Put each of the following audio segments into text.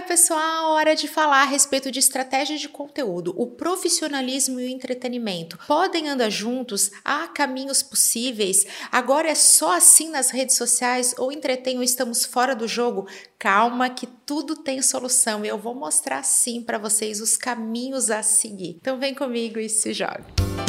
pessoal, hora de falar a respeito de estratégia de conteúdo. O profissionalismo e o entretenimento podem andar juntos? Há caminhos possíveis? Agora é só assim nas redes sociais ou entretém ou estamos fora do jogo? Calma que tudo tem solução e eu vou mostrar sim para vocês os caminhos a seguir. Então vem comigo e se joga.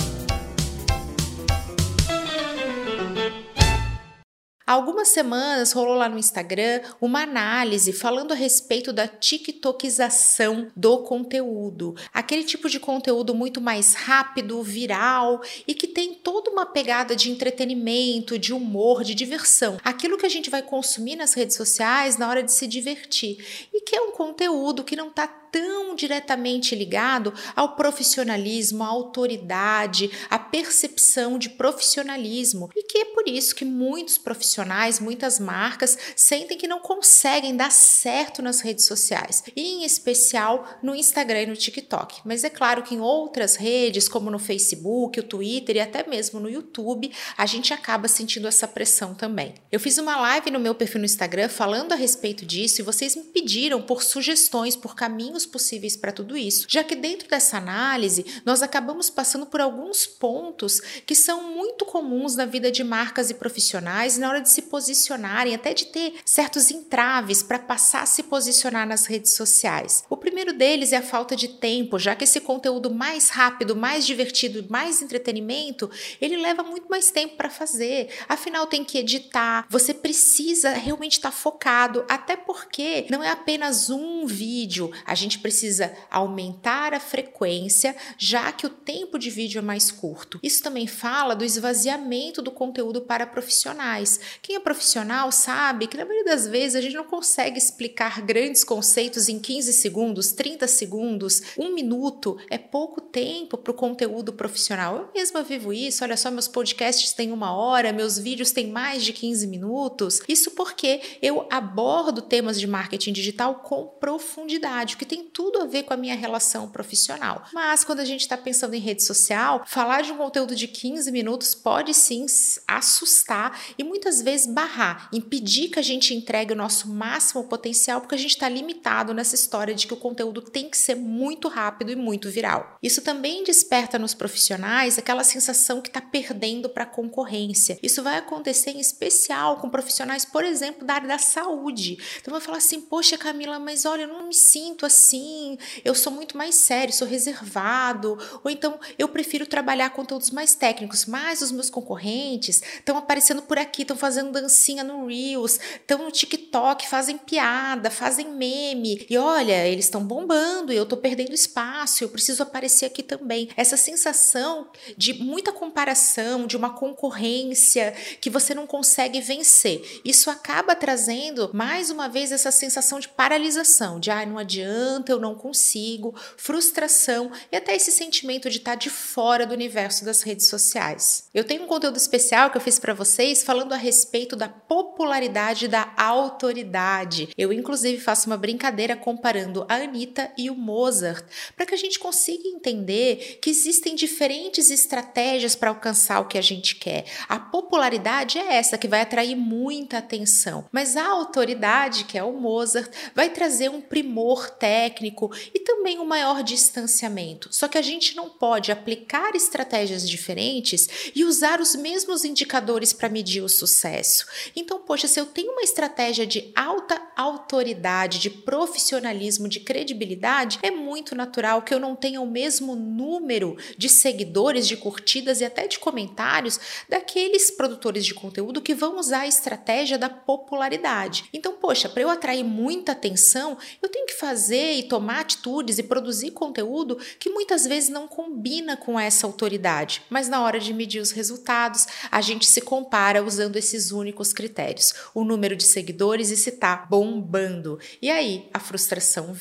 Há algumas semanas rolou lá no Instagram uma análise falando a respeito da tiktokização do conteúdo. Aquele tipo de conteúdo muito mais rápido, viral e que tem toda uma pegada de entretenimento, de humor, de diversão. Aquilo que a gente vai consumir nas redes sociais na hora de se divertir. E que é um conteúdo que não está tão diretamente ligado ao profissionalismo, à autoridade, à percepção de profissionalismo. E que é por isso que muitos profissionais, muitas marcas sentem que não conseguem dar certo nas redes sociais, e em especial no Instagram e no TikTok. Mas é claro que em outras redes, como no Facebook, o Twitter e até mesmo no YouTube, a gente acaba sentindo essa pressão também. Eu fiz uma live no meu perfil no Instagram falando a respeito disso e vocês me pediram por sugestões, por caminhos possíveis para tudo isso, já que dentro dessa análise nós acabamos passando por alguns pontos que são muito comuns na vida de marcas e profissionais na hora de se posicionarem, até de ter certos entraves para passar a se posicionar nas redes sociais. O primeiro deles é a falta de tempo, já que esse conteúdo mais rápido, mais divertido, mais entretenimento, ele leva muito mais tempo para fazer. Afinal, tem que editar, você precisa realmente estar focado, até porque não é apenas um vídeo, a gente precisa aumentar a frequência, já que o tempo de vídeo é mais curto. Isso também fala do esvaziamento do conteúdo para profissionais. Quem é profissional sabe que na maioria das vezes a gente não consegue explicar grandes conceitos em 15 segundos, 30 segundos, 1 minuto, é pouco tempo para o conteúdo profissional. Eu mesma vivo isso, olha só, meus podcasts têm 1 hora, meus vídeos têm mais de 15 minutos. Isso porque eu abordo temas de marketing digital com profundidade, o que tem tudo a ver com a minha relação profissional. Mas quando a gente está pensando em rede social, falar de um conteúdo de 15 minutos pode sim assustar e muitas vezes barrar, impedir que a gente entregue o nosso máximo potencial, porque a gente está limitado nessa história de que o conteúdo tem que ser muito rápido e muito viral. Isso também desperta nos profissionais aquela sensação que está perdendo para a concorrência. Isso vai acontecer em especial com profissionais, por exemplo, da área da saúde. Então vai falar assim, poxa Camila, mas olha, eu não me sinto assim, eu sou muito mais sério, sou reservado, ou então eu prefiro trabalhar conteúdos mais técnicos, mas os meus concorrentes estão aparecendo por aqui, estão fazendo dancinha no Reels, estão no TikTok, fazem piada, fazem meme, e olha, eles estão bombando e eu estou perdendo espaço, eu preciso aparecer aqui também. Essa sensação de muita comparação, de uma concorrência que você não consegue vencer, isso acaba trazendo mais uma vez essa sensação de paralisação, de não adianta, eu não consigo, frustração e até esse sentimento de estar de fora do universo das redes sociais. Eu tenho um conteúdo especial que eu fiz para vocês falando a respeito da popularidade da autoridade. Eu inclusive faço uma brincadeira comparando a Anitta e o Mozart, para que a gente consiga entender que existem diferentes estratégias para alcançar o que a gente quer. A popularidade é essa que vai atrair muita atenção, mas a autoridade, que é o Mozart, vai trazer um primor técnico e também um maior distanciamento. Só que a gente não pode aplicar estratégias diferentes e usar os mesmos indicadores para medir o sucesso. Então, poxa, se eu tenho uma estratégia de alta autoridade, de profissionalismo, de credibilidade, é muito natural que eu não tenha o mesmo número de seguidores, de curtidas e até de comentários daqueles produtores de conteúdo que vão usar a estratégia da popularidade. Então, poxa, para eu atrair muita atenção, eu tenho que fazer e tomar atitudes e produzir conteúdo que muitas vezes não combina com essa autoridade, mas na hora de medir os resultados, a gente se compara usando esses únicos critérios, o número de seguidores e se tá bombando. E aí a frustração vem.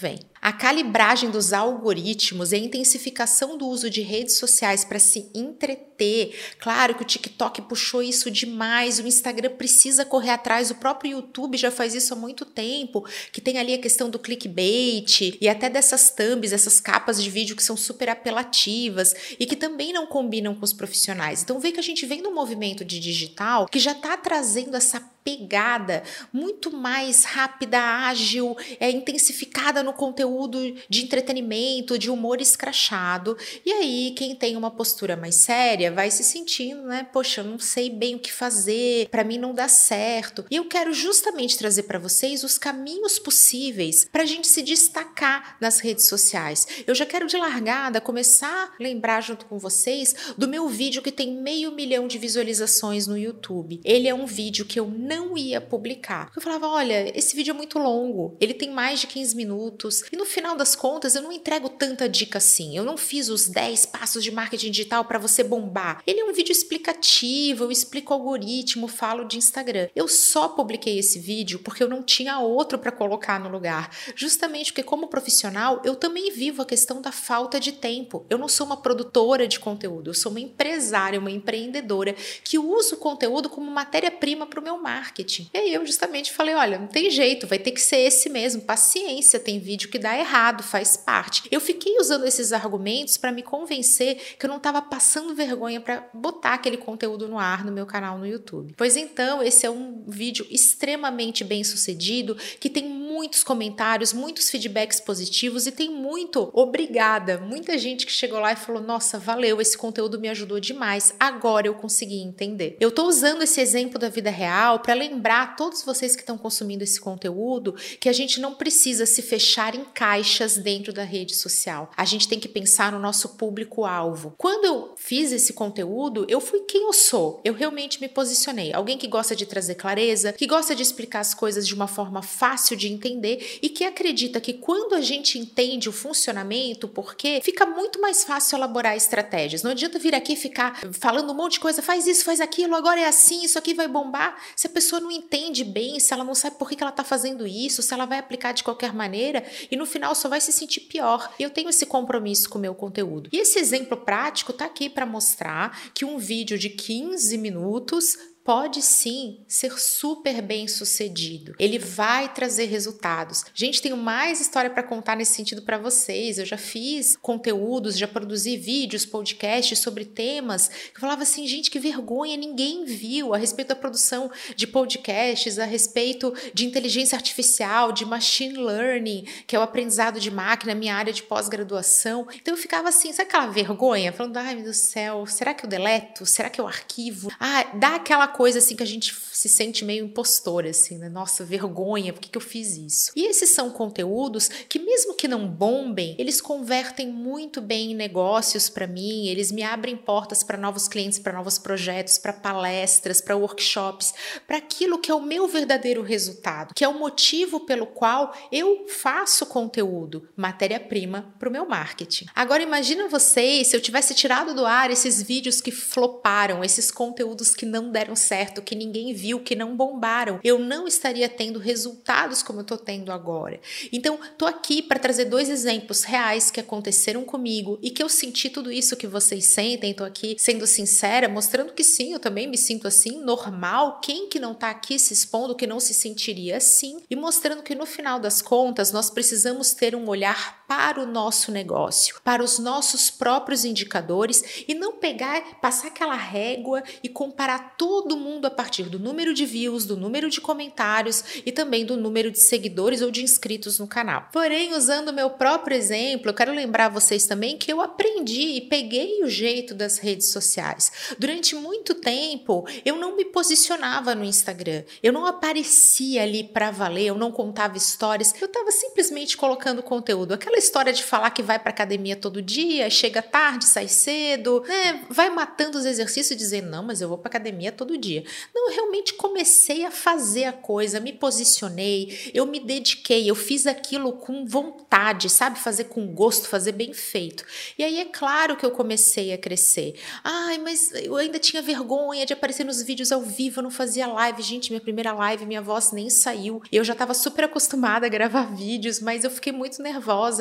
A calibragem dos algoritmos e a intensificação do uso de redes sociais para se entreter. Claro que o TikTok puxou isso demais, o Instagram precisa correr atrás, o próprio YouTube já faz isso há muito tempo, que tem ali a questão do clickbait e até dessas thumbs, essas capas de vídeo que são super apelativas e que também não combinam com os profissionais. Então vê que a gente vem num movimento de digital que já está trazendo essa pegada muito mais rápida, ágil, intensificada no conteúdo de entretenimento, de humor escrachado. E aí, quem tem uma postura mais séria vai se sentindo, né? Poxa, eu não sei bem o que fazer, para mim não dá certo. E eu quero justamente trazer para vocês os caminhos possíveis para a gente se destacar nas redes sociais. Eu já quero de largada começar a lembrar junto com vocês do meu vídeo que tem 500 mil de visualizações no YouTube. Ele é um vídeo que eu não ia publicar. Eu falava, olha, esse vídeo é muito longo, ele tem mais de 15 minutos e no final das contas eu não entrego tanta dica assim, eu não fiz os 10 passos de marketing digital para você bombar. Ele é um vídeo explicativo, eu explico o algoritmo, falo de Instagram. Eu só publiquei esse vídeo porque eu não tinha outro para colocar no lugar, justamente porque como profissional eu também vivo a questão da falta de tempo. Eu não sou uma produtora de conteúdo, eu sou uma empresária, uma empreendedora que usa o conteúdo como matéria-prima para o meu marketing. E aí eu justamente falei, olha, não tem jeito, vai ter que ser esse mesmo, paciência, tem vídeo que dá errado, faz parte. Eu fiquei usando esses argumentos para me convencer que eu não estava passando vergonha para botar aquele conteúdo no ar no meu canal no YouTube. Pois então, esse é um vídeo extremamente bem sucedido, que tem muitos comentários, muitos feedbacks positivos e tem muito obrigada. Muita gente que chegou lá e falou, nossa, valeu, esse conteúdo me ajudou demais, agora eu consegui entender. Eu tô usando esse exemplo da vida real para lembrar a todos vocês que estão consumindo esse conteúdo que a gente não precisa se fechar em caixas dentro da rede social. A gente tem que pensar no nosso público-alvo. Quando eu fiz esse conteúdo, eu fui quem eu sou. Eu realmente me posicionei. Alguém que gosta de trazer clareza, que gosta de explicar as coisas de uma forma fácil de entender e que acredita que quando a gente entende o funcionamento, porque fica muito mais fácil elaborar estratégias. Não adianta vir aqui e ficar falando um monte de coisa, faz isso, faz aquilo, agora é assim, isso aqui vai bombar. Se a pessoa não entende bem, se ela não sabe por que ela está fazendo isso, se ela vai aplicar de qualquer maneira e no final só vai se sentir pior. Eu tenho esse compromisso com o meu conteúdo. E esse exemplo prático está aqui para mostrar que um vídeo de 15 minutos pode sim ser super bem sucedido. Ele vai trazer resultados. Gente, tenho mais história para contar nesse sentido para vocês. Eu já fiz conteúdos, já produzi vídeos, podcasts sobre temas que eu falava assim, gente, que vergonha, ninguém viu a respeito da produção de podcasts, a respeito de inteligência artificial, de machine learning, que é o aprendizado de máquina, minha área de pós-graduação. Então eu ficava assim, sabe aquela vergonha? Falando, ai meu Deus do céu, será que eu deleto? Será que eu arquivo? Ah, dá aquela coisa assim que a gente se sente meio impostora, assim, né? Nossa, vergonha, por que eu fiz isso? E esses são conteúdos que mesmo que não bombem, eles convertem muito bem em negócios para mim, eles me abrem portas para novos clientes, para novos projetos, para palestras, para workshops, para aquilo que é o meu verdadeiro resultado, que é o motivo pelo qual eu faço conteúdo, matéria-prima para o meu marketing. Agora imagina vocês se eu tivesse tirado do ar esses vídeos que floparam, esses conteúdos que não deram certo, que ninguém viu, que não bombaram. Eu não estaria tendo resultados como eu tô tendo agora. Então, tô aqui para trazer 2 exemplos reais que aconteceram comigo e que eu senti tudo isso que vocês sentem. Tô aqui sendo sincera, mostrando que sim, eu também me sinto assim, normal. Quem que não tá aqui se expondo que não se sentiria assim? E mostrando que no final das contas, nós precisamos ter um olhar para o nosso negócio, para os nossos próprios indicadores e não pegar, passar aquela régua e comparar todo mundo a partir do número de views, do número de comentários e também do número de seguidores ou de inscritos no canal. Porém, usando o meu próprio exemplo, eu quero lembrar vocês também que eu aprendi e peguei o jeito das redes sociais. Durante muito tempo, eu não me posicionava no Instagram, eu não aparecia ali para valer, eu não contava histórias, eu estava simplesmente colocando conteúdo. Aquela história de falar que vai para academia todo dia, chega tarde, sai cedo, né? Vai matando os exercícios e dizendo, não, mas eu vou para academia todo dia. Não, eu realmente comecei a fazer a coisa, me posicionei, eu me dediquei, eu fiz aquilo com vontade, sabe? Fazer com gosto, fazer bem feito. E aí é claro que eu comecei a crescer. Ai, mas eu ainda tinha vergonha de aparecer nos vídeos ao vivo, eu não fazia live. Gente, minha primeira live, minha voz nem saiu. Eu já estava super acostumada a gravar vídeos, mas eu fiquei muito nervosa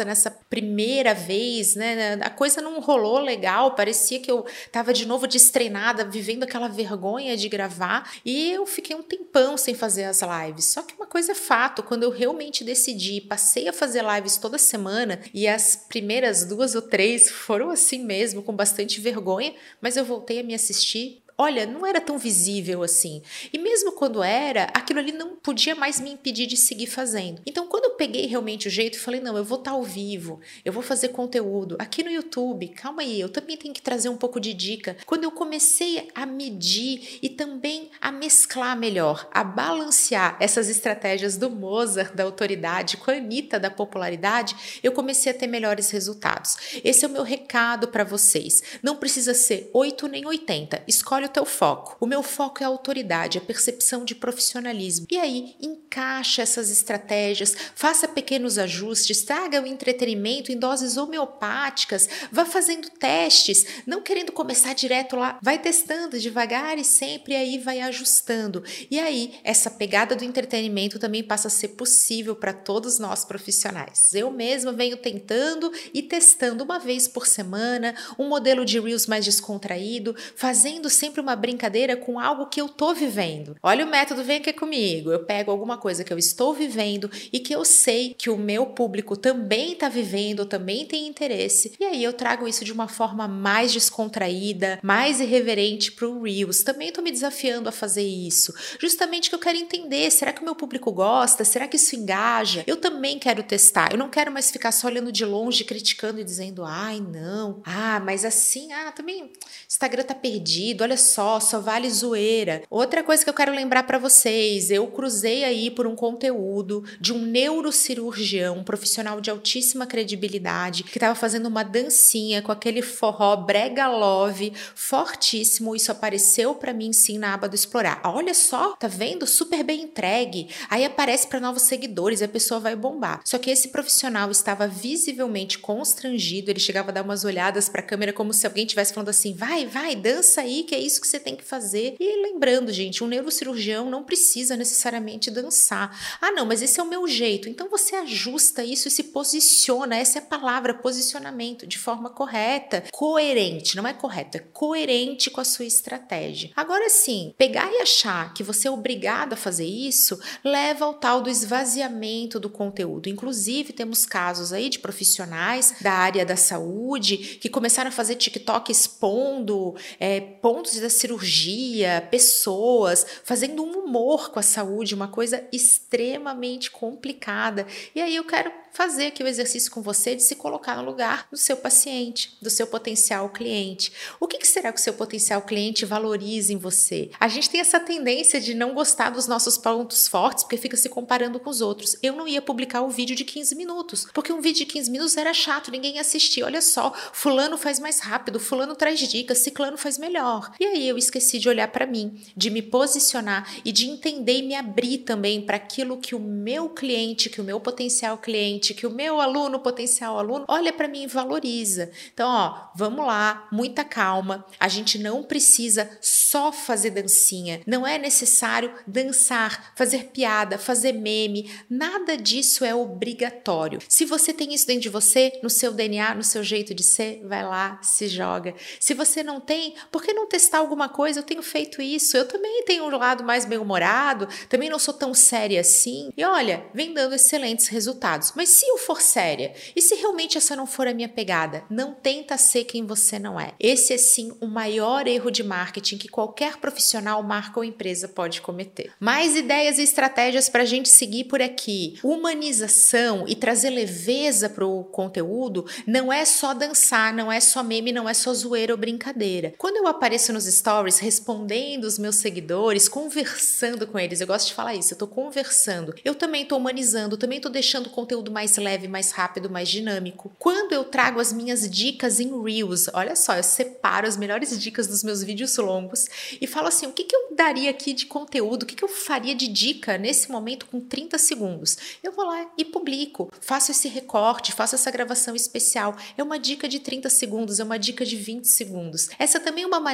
nessa primeira vez, né? A coisa não rolou legal, parecia que eu tava de novo destreinada, vivendo aquela vergonha de gravar, e eu fiquei um tempão sem fazer as lives. Só que uma coisa é fato, quando eu realmente decidi, passei a fazer lives toda semana, e as primeiras 2 ou 3 foram assim mesmo, com bastante vergonha, mas eu voltei a me assistir. Olha, não era tão visível assim. E mesmo quando era, aquilo ali não podia mais me impedir de seguir fazendo. Então, quando eu peguei realmente o jeito e falei, não, eu vou estar ao vivo, eu vou fazer conteúdo aqui no YouTube, calma aí, eu também tenho que trazer um pouco de dica. Quando eu comecei a medir e também a mesclar melhor, a balancear essas estratégias do Mozart, da autoridade, com a Anitta, da popularidade, eu comecei a ter melhores resultados. Esse é o meu recado para vocês. Não precisa ser 8 nem 80. Escolhe o teu foco. O meu foco é a autoridade, a percepção de profissionalismo. E aí, encaixa essas estratégias, faça pequenos ajustes, traga o entretenimento em doses homeopáticas, vá fazendo testes, não querendo começar direto lá, vai testando devagar e sempre, e aí vai ajustando. E aí, essa pegada do entretenimento também passa a ser possível para todos nós profissionais. Eu mesma venho tentando e testando uma vez por semana, um modelo de Reels mais descontraído, fazendo sempre uma brincadeira com algo que eu tô vivendo. Olha o método, vem aqui comigo. Eu pego alguma coisa que eu estou vivendo e que eu sei que o meu público também tá vivendo, também tem interesse. E aí eu trago isso de uma forma mais descontraída, mais irreverente pro Reels. Também tô me desafiando a fazer isso. Justamente que eu quero entender, será que o meu público gosta? Será que isso engaja? Eu também quero testar. Eu não quero mais ficar só olhando de longe, criticando e dizendo, ai, não. Ah, mas assim, também Instagram tá perdido, olha só vale zoeira. Outra coisa que eu quero lembrar para vocês, eu cruzei aí por um conteúdo de um neurocirurgião, um profissional de altíssima credibilidade, que estava fazendo uma dancinha com aquele forró brega love, fortíssimo. Isso apareceu para mim sim na aba do explorar. Olha só, tá vendo? Super bem entregue. Aí aparece para novos seguidores e a pessoa vai bombar. Só que esse profissional estava visivelmente constrangido, ele chegava a dar umas olhadas para a câmera como se alguém estivesse falando assim, vai, dança aí, que é isso que você tem que fazer. E lembrando, gente, um neurocirurgião não precisa necessariamente dançar. Ah, não, mas esse é o meu jeito. Então você ajusta isso e se posiciona, essa é a palavra, posicionamento, de forma correta, coerente, não é correto, é coerente com a sua estratégia. Agora sim, pegar e achar que você é obrigado a fazer isso, leva ao tal do esvaziamento do conteúdo. Inclusive, temos casos aí de profissionais da área da saúde que começaram a fazer TikTok expondo pontos da cirurgia, pessoas, fazendo um humor com a saúde, uma coisa extremamente complicada. E aí eu quero fazer aqui o exercício com você de se colocar no lugar do seu paciente, do seu potencial cliente. O que será que o seu potencial cliente valoriza em você? A gente tem essa tendência de não gostar dos nossos pontos fortes porque fica se comparando com os outros. Eu não ia publicar um vídeo de 15 minutos, porque um vídeo de 15 minutos era chato, ninguém ia assistir. Olha só, fulano faz mais rápido, fulano traz dicas, ciclano faz melhor. E aí eu esqueci de olhar para mim, de me posicionar e de entender e me abrir também para aquilo que o meu cliente, que o meu potencial cliente, que o meu aluno, potencial aluno, olha para mim e valoriza. Então, vamos lá, muita calma. A gente não precisa só fazer dancinha. Não é necessário dançar, fazer piada, fazer meme. Nada disso é obrigatório. Se você tem isso dentro de você, no seu DNA, no seu jeito de ser, vai lá, se joga. Se você não tem, por que não testar alguma coisa? Eu tenho feito isso. Eu também tenho um lado mais bem-humorado, também não sou tão séria assim. E olha, vem dando excelentes resultados. Mas se eu for séria, e se realmente essa não for a minha pegada, não tenta ser quem você não é. Esse é sim o maior erro de marketing que qualquer profissional, marca ou empresa pode cometer. Mais ideias e estratégias para a gente seguir por aqui. Humanização e trazer leveza para o conteúdo não é só dançar, não é só meme, não é só zoeira ou brincadeira. Quando eu apareço nos stories respondendo os meus seguidores, conversando com eles, eu gosto de falar isso, eu tô conversando, eu também tô humanizando, também tô deixando o conteúdo mais leve, mais rápido, mais dinâmico. Quando eu trago as minhas dicas em Reels, olha só, eu separo as melhores dicas dos meus vídeos longos e falo assim, o que eu daria aqui de conteúdo, o que eu faria de dica nesse momento com 30 segundos? Eu vou lá e publico, faço esse recorte, faço essa gravação especial. É uma dica de 30 segundos, é uma dica de 20 segundos. Essa também é uma maneira de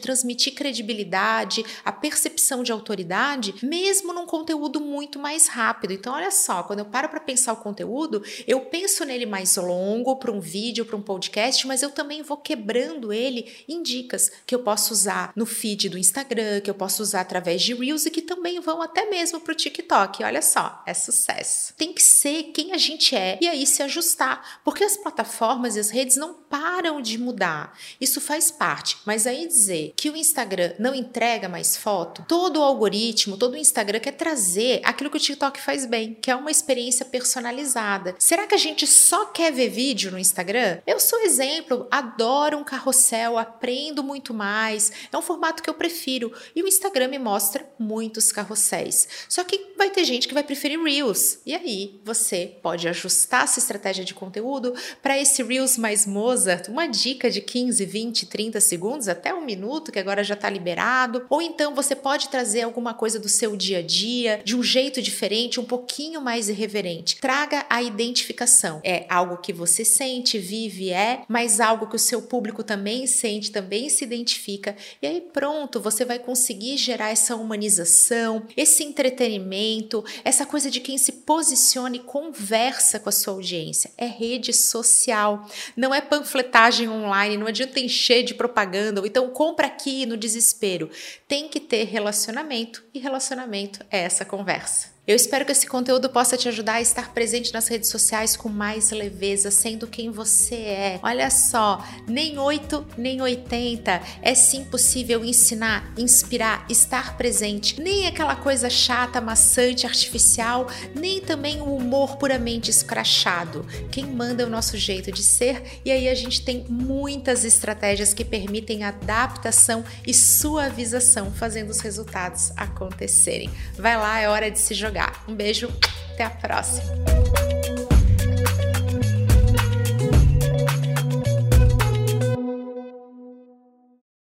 transmitir credibilidade, a percepção de autoridade, mesmo num conteúdo muito mais rápido. Então, olha só, quando eu paro para pensar o conteúdo, eu penso nele mais longo, para um vídeo, para um podcast, mas eu também vou quebrando ele em dicas que eu posso usar no feed do Instagram, que eu posso usar através de Reels e que também vão até mesmo para o TikTok. Olha só, é sucesso. Tem que ser quem a gente é e aí se ajustar, porque as plataformas e as redes não param de mudar. Isso faz parte, mas aí dizer que o Instagram não entrega mais foto, todo o algoritmo, todo o Instagram quer trazer aquilo que o TikTok faz bem, que é uma experiência personalizada. Será que a gente só quer ver vídeo no Instagram? Eu sou exemplo, adoro um carrossel, aprendo muito mais, é um formato que eu prefiro e o Instagram me mostra muitos carrosséis. Só que vai ter gente que vai preferir Reels e aí você pode ajustar essa estratégia de conteúdo para esse Reels mais Mozart, uma dica de 15, 20, 30 segundos, até 1 minuto, que agora já está liberado. Ou então você pode trazer alguma coisa do seu dia a dia, de um jeito diferente, um pouquinho mais irreverente. Traga a identificação. É algo que você sente, vive, mas algo que o seu público também sente, também se identifica. E aí pronto, você vai conseguir gerar essa humanização, esse entretenimento, essa coisa de quem se posiciona e conversa com a sua audiência. É rede social, não é panfletagem online, não adianta encher de propaganda, ou então compra aqui no desespero. Tem que ter relacionamento e relacionamento é essa conversa. Eu espero que esse conteúdo possa te ajudar a estar presente nas redes sociais com mais leveza, sendo quem você é. Olha só, nem 8, nem 80. É sim possível ensinar, inspirar, estar presente. Nem aquela coisa chata, maçante, artificial, nem também o humor puramente escrachado. Quem manda é o nosso jeito de ser e aí a gente tem muitas estratégias que permitem adaptação e suavização, fazendo os resultados acontecerem. Vai lá, é hora de se jogar. Um beijo, até a próxima!